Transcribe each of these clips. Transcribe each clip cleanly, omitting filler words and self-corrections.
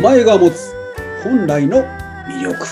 前が持つ本来の魅力。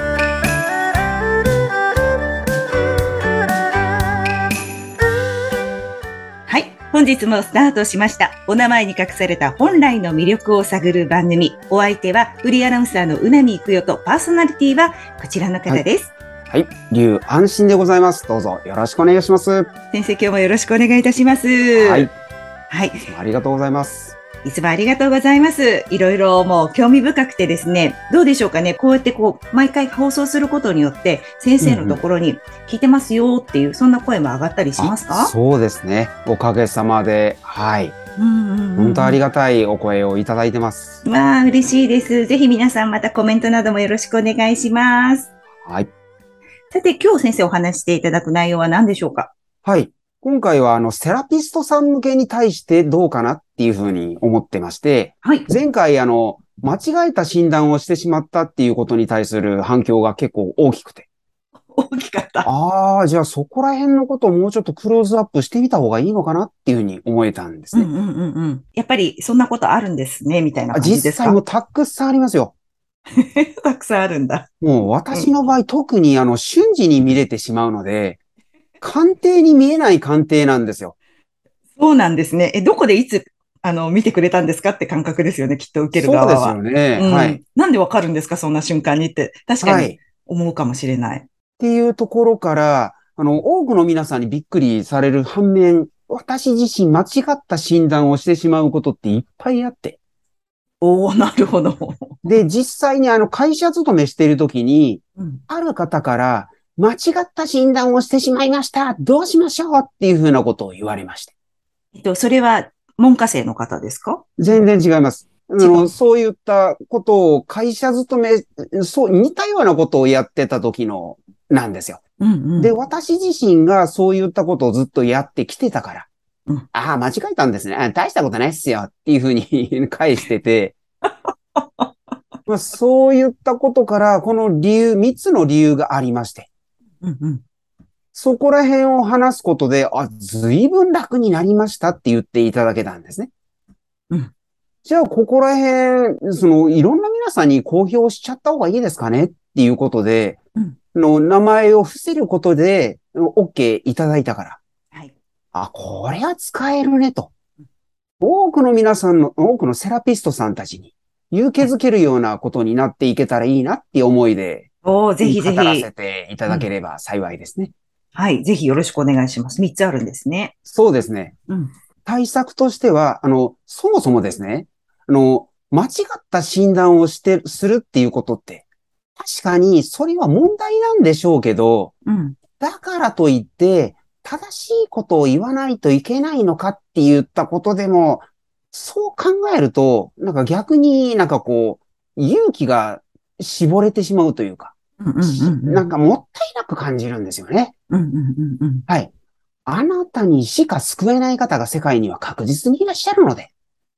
はい、本日もスタートしました。お名前に隠された本来の魅力を探る番組。お相手はフリーアナウンサーのうなみいくよと、パーソナリティはこちらの方です。 はい、龍安心でございます。どうぞよろしくお願いします。 先生、今日もよろしくお願いいたします。 はい。 はい。 いつもありがとうございます。 いつもありがとうございます。いろいろもう興味深くてですね、どうでしょうかね。こうやって毎回放送することによって、先生のところに聞いてますよっていう、そんな声も上がったりしますか？ そうですね。おかげさまで、はい。本当ありがたいお声をいただいてます。 まあ、嬉しいです。ぜひ皆さんまたコメントなどもよろしくお願いします。 はい。 さて、今日先生お話していただく内容は何でしょうか？ はい。今回はセラピストさん向けに対してどうかなっていうふうに思ってまして、 はい。 前回間違えた診断をしてしまったっていうことに対する反響が結構大きくて。 大きかった。 じゃあそこら辺のことをもうちょっとクローズアップしてみた方がいいのかなっていうふうに思えたんですね。 やっぱりそんなことあるんですね、みたいな感じですか？ 実際もたくさんありますよ。 たくさんあるんだ。 もう私の場合、特に瞬時に見れてしまうので、鑑定に見えない鑑定なんですよ。 そうなんですね。どこでいつ、見てくれたんですかって感覚ですよね、きっと受けるそうです側は。 よね。はい。 なんでわかるんですか、そんな瞬間にって。確かにはい。っ思うかもしれない。 ていうところから、多くの皆さんにびっくりされる反面、私自身間違った診断をしてしまうことっていっぱいあって。 おー、なるほど。 で、実際に会社勤めしているときに、ある方から、間違った診断をしてしまいました。どうしましょうっていうふうなことを言われまして。 それは門下生の方ですか？ 全然違います。 違う。 そういったことを会社勤め、そう、似たようなことをやってた時の、なんですよ。で、私自身がそういったことをずっとやってきてたから、間違えたんですね。大したことないっすよっていうふうに返してて、そういったことから、この理由、三つの理由がありまして、そこら辺を話すことで、随分楽になりましたって言っていただけたんですね。じゃあ、ここら辺、いろんな皆さんに公表しちゃった方がいいですかねっていうことで、名前を伏せることで、OK いただいたから。 はい。 これは使えるねと。多くのセラピストさんたちに勇気づけるようなことになっていけたらいいなっていう思いで、 ぜひぜひ。 語らせていただければ幸いですね。 はい。ぜひよろしくお願いします。3つあるんですね。 そうですね。対策としては、そもそもですね、間違った診断をするっていうことって、確かにそれは問題なんでしょうけど、だからといって、正しいことを言わないといけないのかって言ったことでも、そう考えると、なんか逆に勇気が絞れてしまうというか、なんかもったいなく感じるんですよね。はい。あなたにしか救えない方が世界には確実にいらっしゃるので。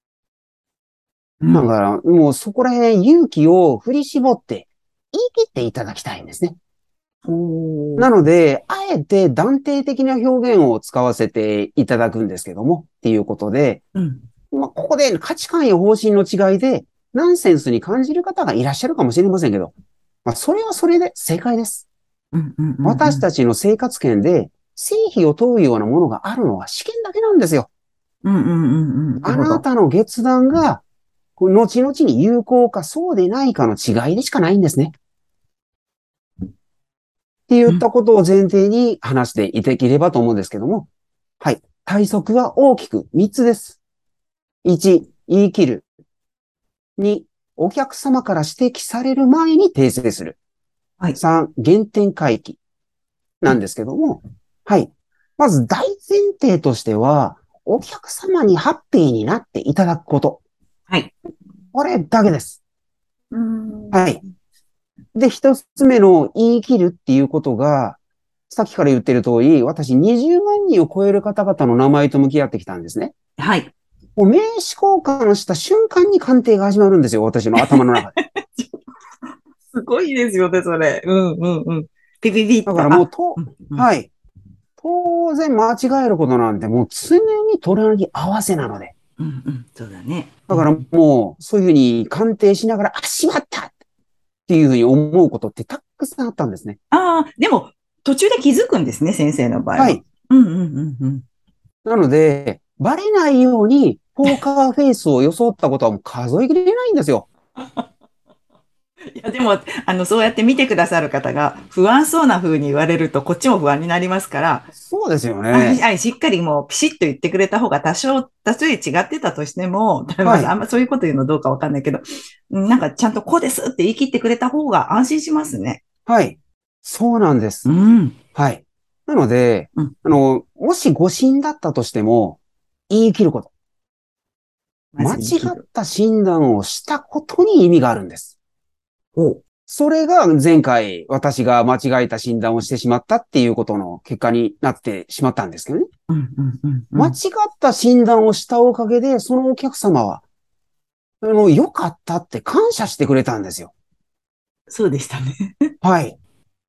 だから、もうそこら辺勇気を振り絞って言い切っていただきたいんですね。なので、あえて断定的な表現を使わせていただくんですけども、っていうことで、ここで価値観や方針の違いで、ナンセンスに感じる方がいらっしゃるかもしれませんけど、それはそれで正解です。私たちの生活圏で、成否を問うようなものがあるのは試験だけなんですよ。あなたの決断が、後々に有効かそうでないかの違いでしかないんですね。って言ったことを前提に話していただければと思うんですけども。はい。対策は大きく3つです。1、言い切る。2、お客様から指摘される前に訂正する。3、原点回帰。なんですけども。はい。まず大前提としては、お客様にハッピーになっていただくこと。 はい。 これだけです。はい。で、一つ目の言い切るっていうことが、さっきから言ってる通り、私20万人を超える方々の名前と向き合ってきたんですね。 はい。 もう名刺交換した瞬間に鑑定が始まるんですよ、私の頭の中で。 すごいですよね、それ。ピピピッと。 だからもうはい。当然間違えることなんてもう常に隣り合わせなので。 うんうん。そうだね。 だからもう、そういうふうに鑑定しながら、あ、しまったっていうふうに思うことってたくさんあったんですね。 ああ、でも、途中で気づくんですね、先生の場合は。 はい。 うんうんうんうん。 なので、バレないように、ポーカーフェイスを装ったことはもう数えきれないんですよ。 いや、でも、そうやって見てくださる方が不安そうな風に言われると、こっちも不安になりますから、 そうですよあ、 ね。 しっかりもうピシッと言ってくれた方が多数違ってたとしても、まあ、あはい。 んまそういうこと言うのどうかわかんないけど、なんかちゃんとこうですって言い切ってくれた方が安心しますね。 はい。そうなんでうす。 ん。 はい。なので、 うん。 もし誤診だったとしても、言い切ること。 ま間違ず言い切る。 った診断をしたことに意味があるんです。 おそれが前回私が間違えた診断をしてしまったっていうことの結果になってしまったんですけどね。 うんうんうんう間違ん。 った診断をしたおかげで、そのお客様は、良かったって感謝してくれたんですよ。 そうでしたね。 はい。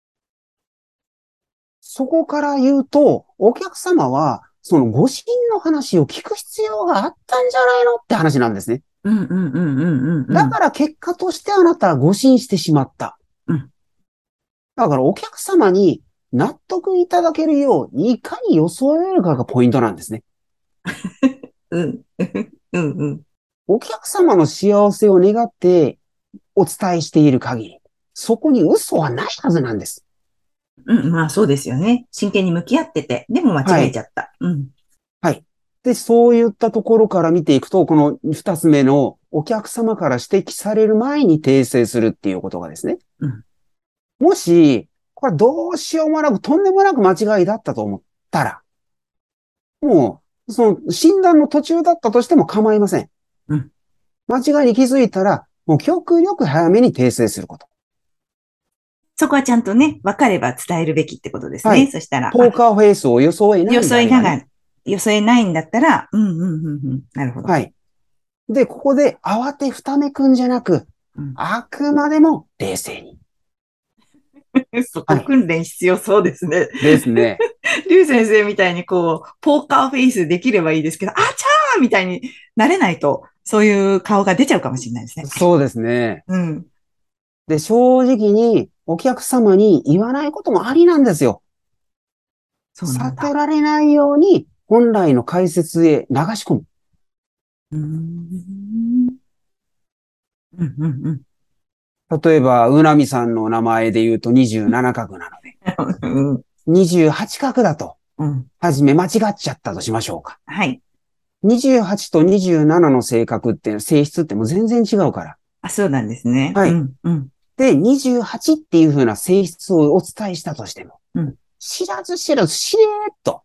そこから言うと、お客様は、その誤診の話を聞く必要があったんじゃないのって話なんですね。 うんうんうんうんうんうん。 だから結果としてあなたは誤診してしまった。 うん。 だからお客様に納得いただけるよう、いかに装えるかがポイントなんですね。 うん。うんうん。 お客様の幸せを願ってお伝えしている限り、そこに嘘はないはずなんです。 うん、まあそうですよね。真剣に向き合ってて、でも間はい。 違えちゃった。うん。 はい。で、そういったところから見ていくと、この二つ目のお客様から指摘される前に訂正するっていうことがですね。 うん。 もし、これどうしようもなく、とんでもなく間違いだったと思ったら、もう、その診断の途中だったとしても構いません。 うん。 間違いに気づいたら、もう極力早めに訂正すること。 そこはちゃんとね、分かれば伝えるべきってことですね。 はい。 そしたら、あ、 ポーカーフェイスを装えないんであればね。 よそえないんだったら、うんうんうんうん。なるほど。 はい。で、ここで慌てふためくんじゃなく、 うん。 あくまでも冷静に。 そこはい。 訓練必要そうですね。 ですね。 リュウ先生みたいにこう、ポーカーフェイスできればいいですけど、あちゃーみたいになれないと、そういう顔が出ちゃうかもしれないですね。 そうですね。 うん。 で、正直にお客様に言わないこともありなんですよ。 そうなんだ。 避けられないように本来の解説へ流し込む。 うーん。うんうんうん。 例えば、うなみさんの名前で言うと27画なので、 うん。 28画だと、 うん。 はじめ間違っちゃったとしましょうか。 はい。 28と27の性格って、性質ってもう全然違うから。 あ、そうなんですね。 はい。 うん、うん、 で、28っていう風な性質をお伝えしたとしても、 うん。 知らず知らずしれーっと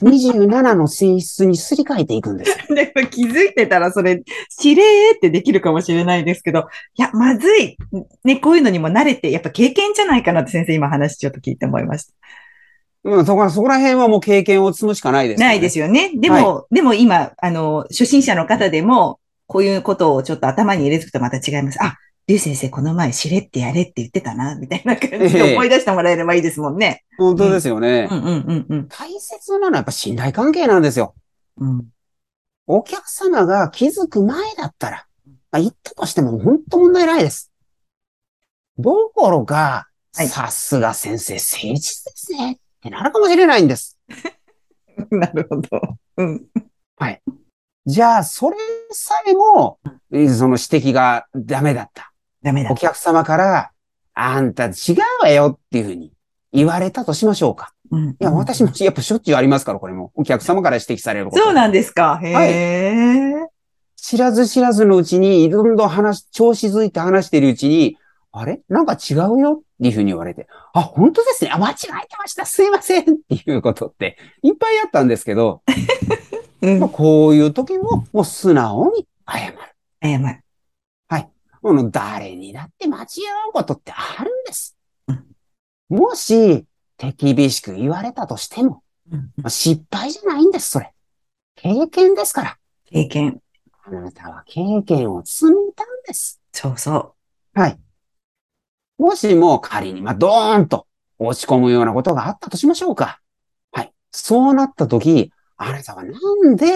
27の性質にすり替えていくんですよ。 でも気づいてたらそれ、指令ってできるかもしれないですけど、いや、まずい。ね、こういうのにも慣れて、やっぱ経験じゃないかなって先生今話ちょっと聞いて思いました。 うん、そこら辺はもう経験を積むしかないですないけどね。 ですよね。 はい。 でも今、初心者の方でも、こういうことをちょっと頭に入れておくとまた違います。あ、竜先生この前しれってやれって言ってたな、みたいな感えじで思いえ、 出してもらえればいいですもんね。 本当でうん。 すよね。 うんうんうんうん。 大切なのはやっぱ信頼関係なんですよ。 うん。 お客様が気づく前だったら、まあ、言ったとしても本当問題ないです。どころか、 はい。 さすが先生、誠実ですねってなるかもしれないんです。 なるほど。うん。 はい。じゃあ、それさえも、その指摘がダメだった。 ダメだった。 お客様から、あんた違うわよっていうふうに言われたとしましょうか。 うんいや、 うん。 私もやっぱしょっちゅうありますから、これも。お客様から指摘されることは。 そうなんですか。へはい。 え。 知らず知らずのうちに、どんどん調子づいて話しているうちに、あれなんか違うよっていうふうに言われて、あ、本当ですね。あ、間違えてました。すいませんっていうことっていっぱいあったんですけど、まあ、 うん。 こういう時も、もう素直に謝る。 謝る。 はい。誰にだって間違うことってあるんです。 うん。 もし、手厳しく言われたとしても、 うん。 失敗じゃないんです、それ。経験ですから。 経験。 あなたは経験を積んだんです。 そうそはい。もしも仮に、ドーンと落ち込むようなことがあったとしましょうか。はい。そうなった時、あなたはなんで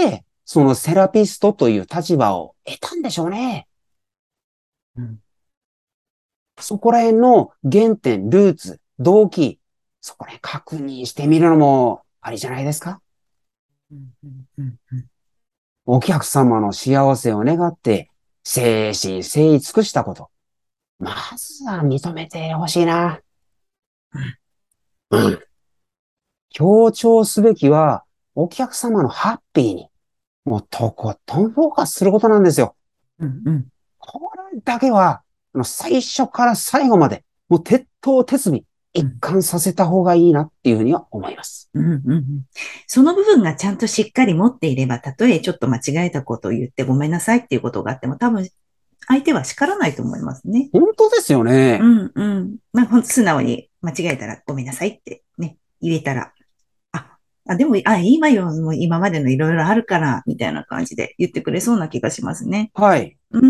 そのセラピストという立場を得たんでしょうね。 うん。 そこら辺の原点、ルーツ、動機、そこら辺確認してみるのもありじゃないですか。 うんうんうんうん。 お客様の幸せを願って、誠心誠意尽くしたこと。まずは認めてほしいな。うん。強調すべきは、お客様のハッピーに、もうとことんフォーカスすることなんですよ。 うんうん。 これだけは、最初から最後まで、もう鉄頭鉄尾、一貫させた方がいいなっていうふうには思います。 うんうんうん。その部分がちゃんとしっかり持っていれば、たとえちょっと間違えたことを言ってごめんなさいっていうことがあっても、多分相手は叱らないと思いますね。 本当ですよね。 うんうん。まあ、ほんと素直に間違えたらごめんなさいってね、言えたら、でも、いいわよ、もう今までのいろいろあるから、みたいな感じで言ってくれそうな気がしますね。 はい。 うん。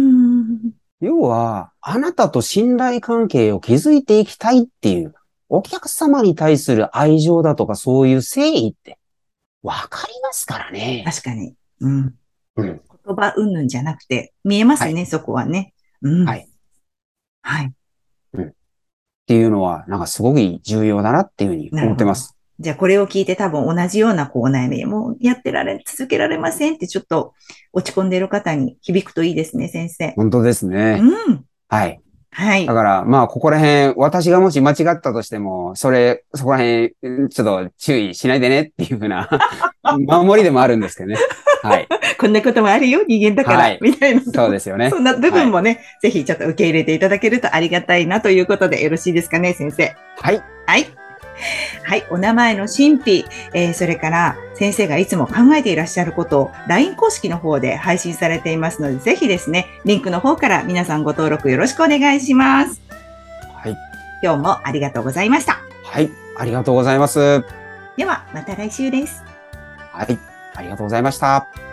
要は、あなたと信頼関係を築いていきたいっていう、お客様に対する愛情だとかそういう誠意ってわかりますからね。 確かに。うん。 うん。 言葉云々じゃなくて、見えまはい。 すね、そこはね。うん。 はい。 はい。 うん。っていうのは、なんかすごく重要だなっていうふうになるほど。 思ってます。 じゃあ、これを聞いて多分同じようなお悩み、もう続けられませんってちょっと落ち込んでいる方に響くといいですね、先生。 本当ですね。 うん。 はい。 はい。 だから、まあ、ここら辺、私がもし間違ったとしても、そこら辺、ちょっと注意しないでねっていうふうな守りでもあるんですけどね。はい。 こんなこともあるよ、人間だから、 はい。 みたいなそうですよね。 そんな部はい。 分もね、ぜひちょっと受け入れていただけるとありがたいなということでよろしいですかね、先生。 はい。 はい。はい。お名前の神秘、それから先生がいつも考えていらっしゃることを LINE 公式の方で配信されていますので、ぜひですね、リンクの方から皆さんご登録よろしくお願いします。 はい。 今日もありがとうございました。 はい。ありがとうございます。 では、また来週です。 はい。ありがとうございました。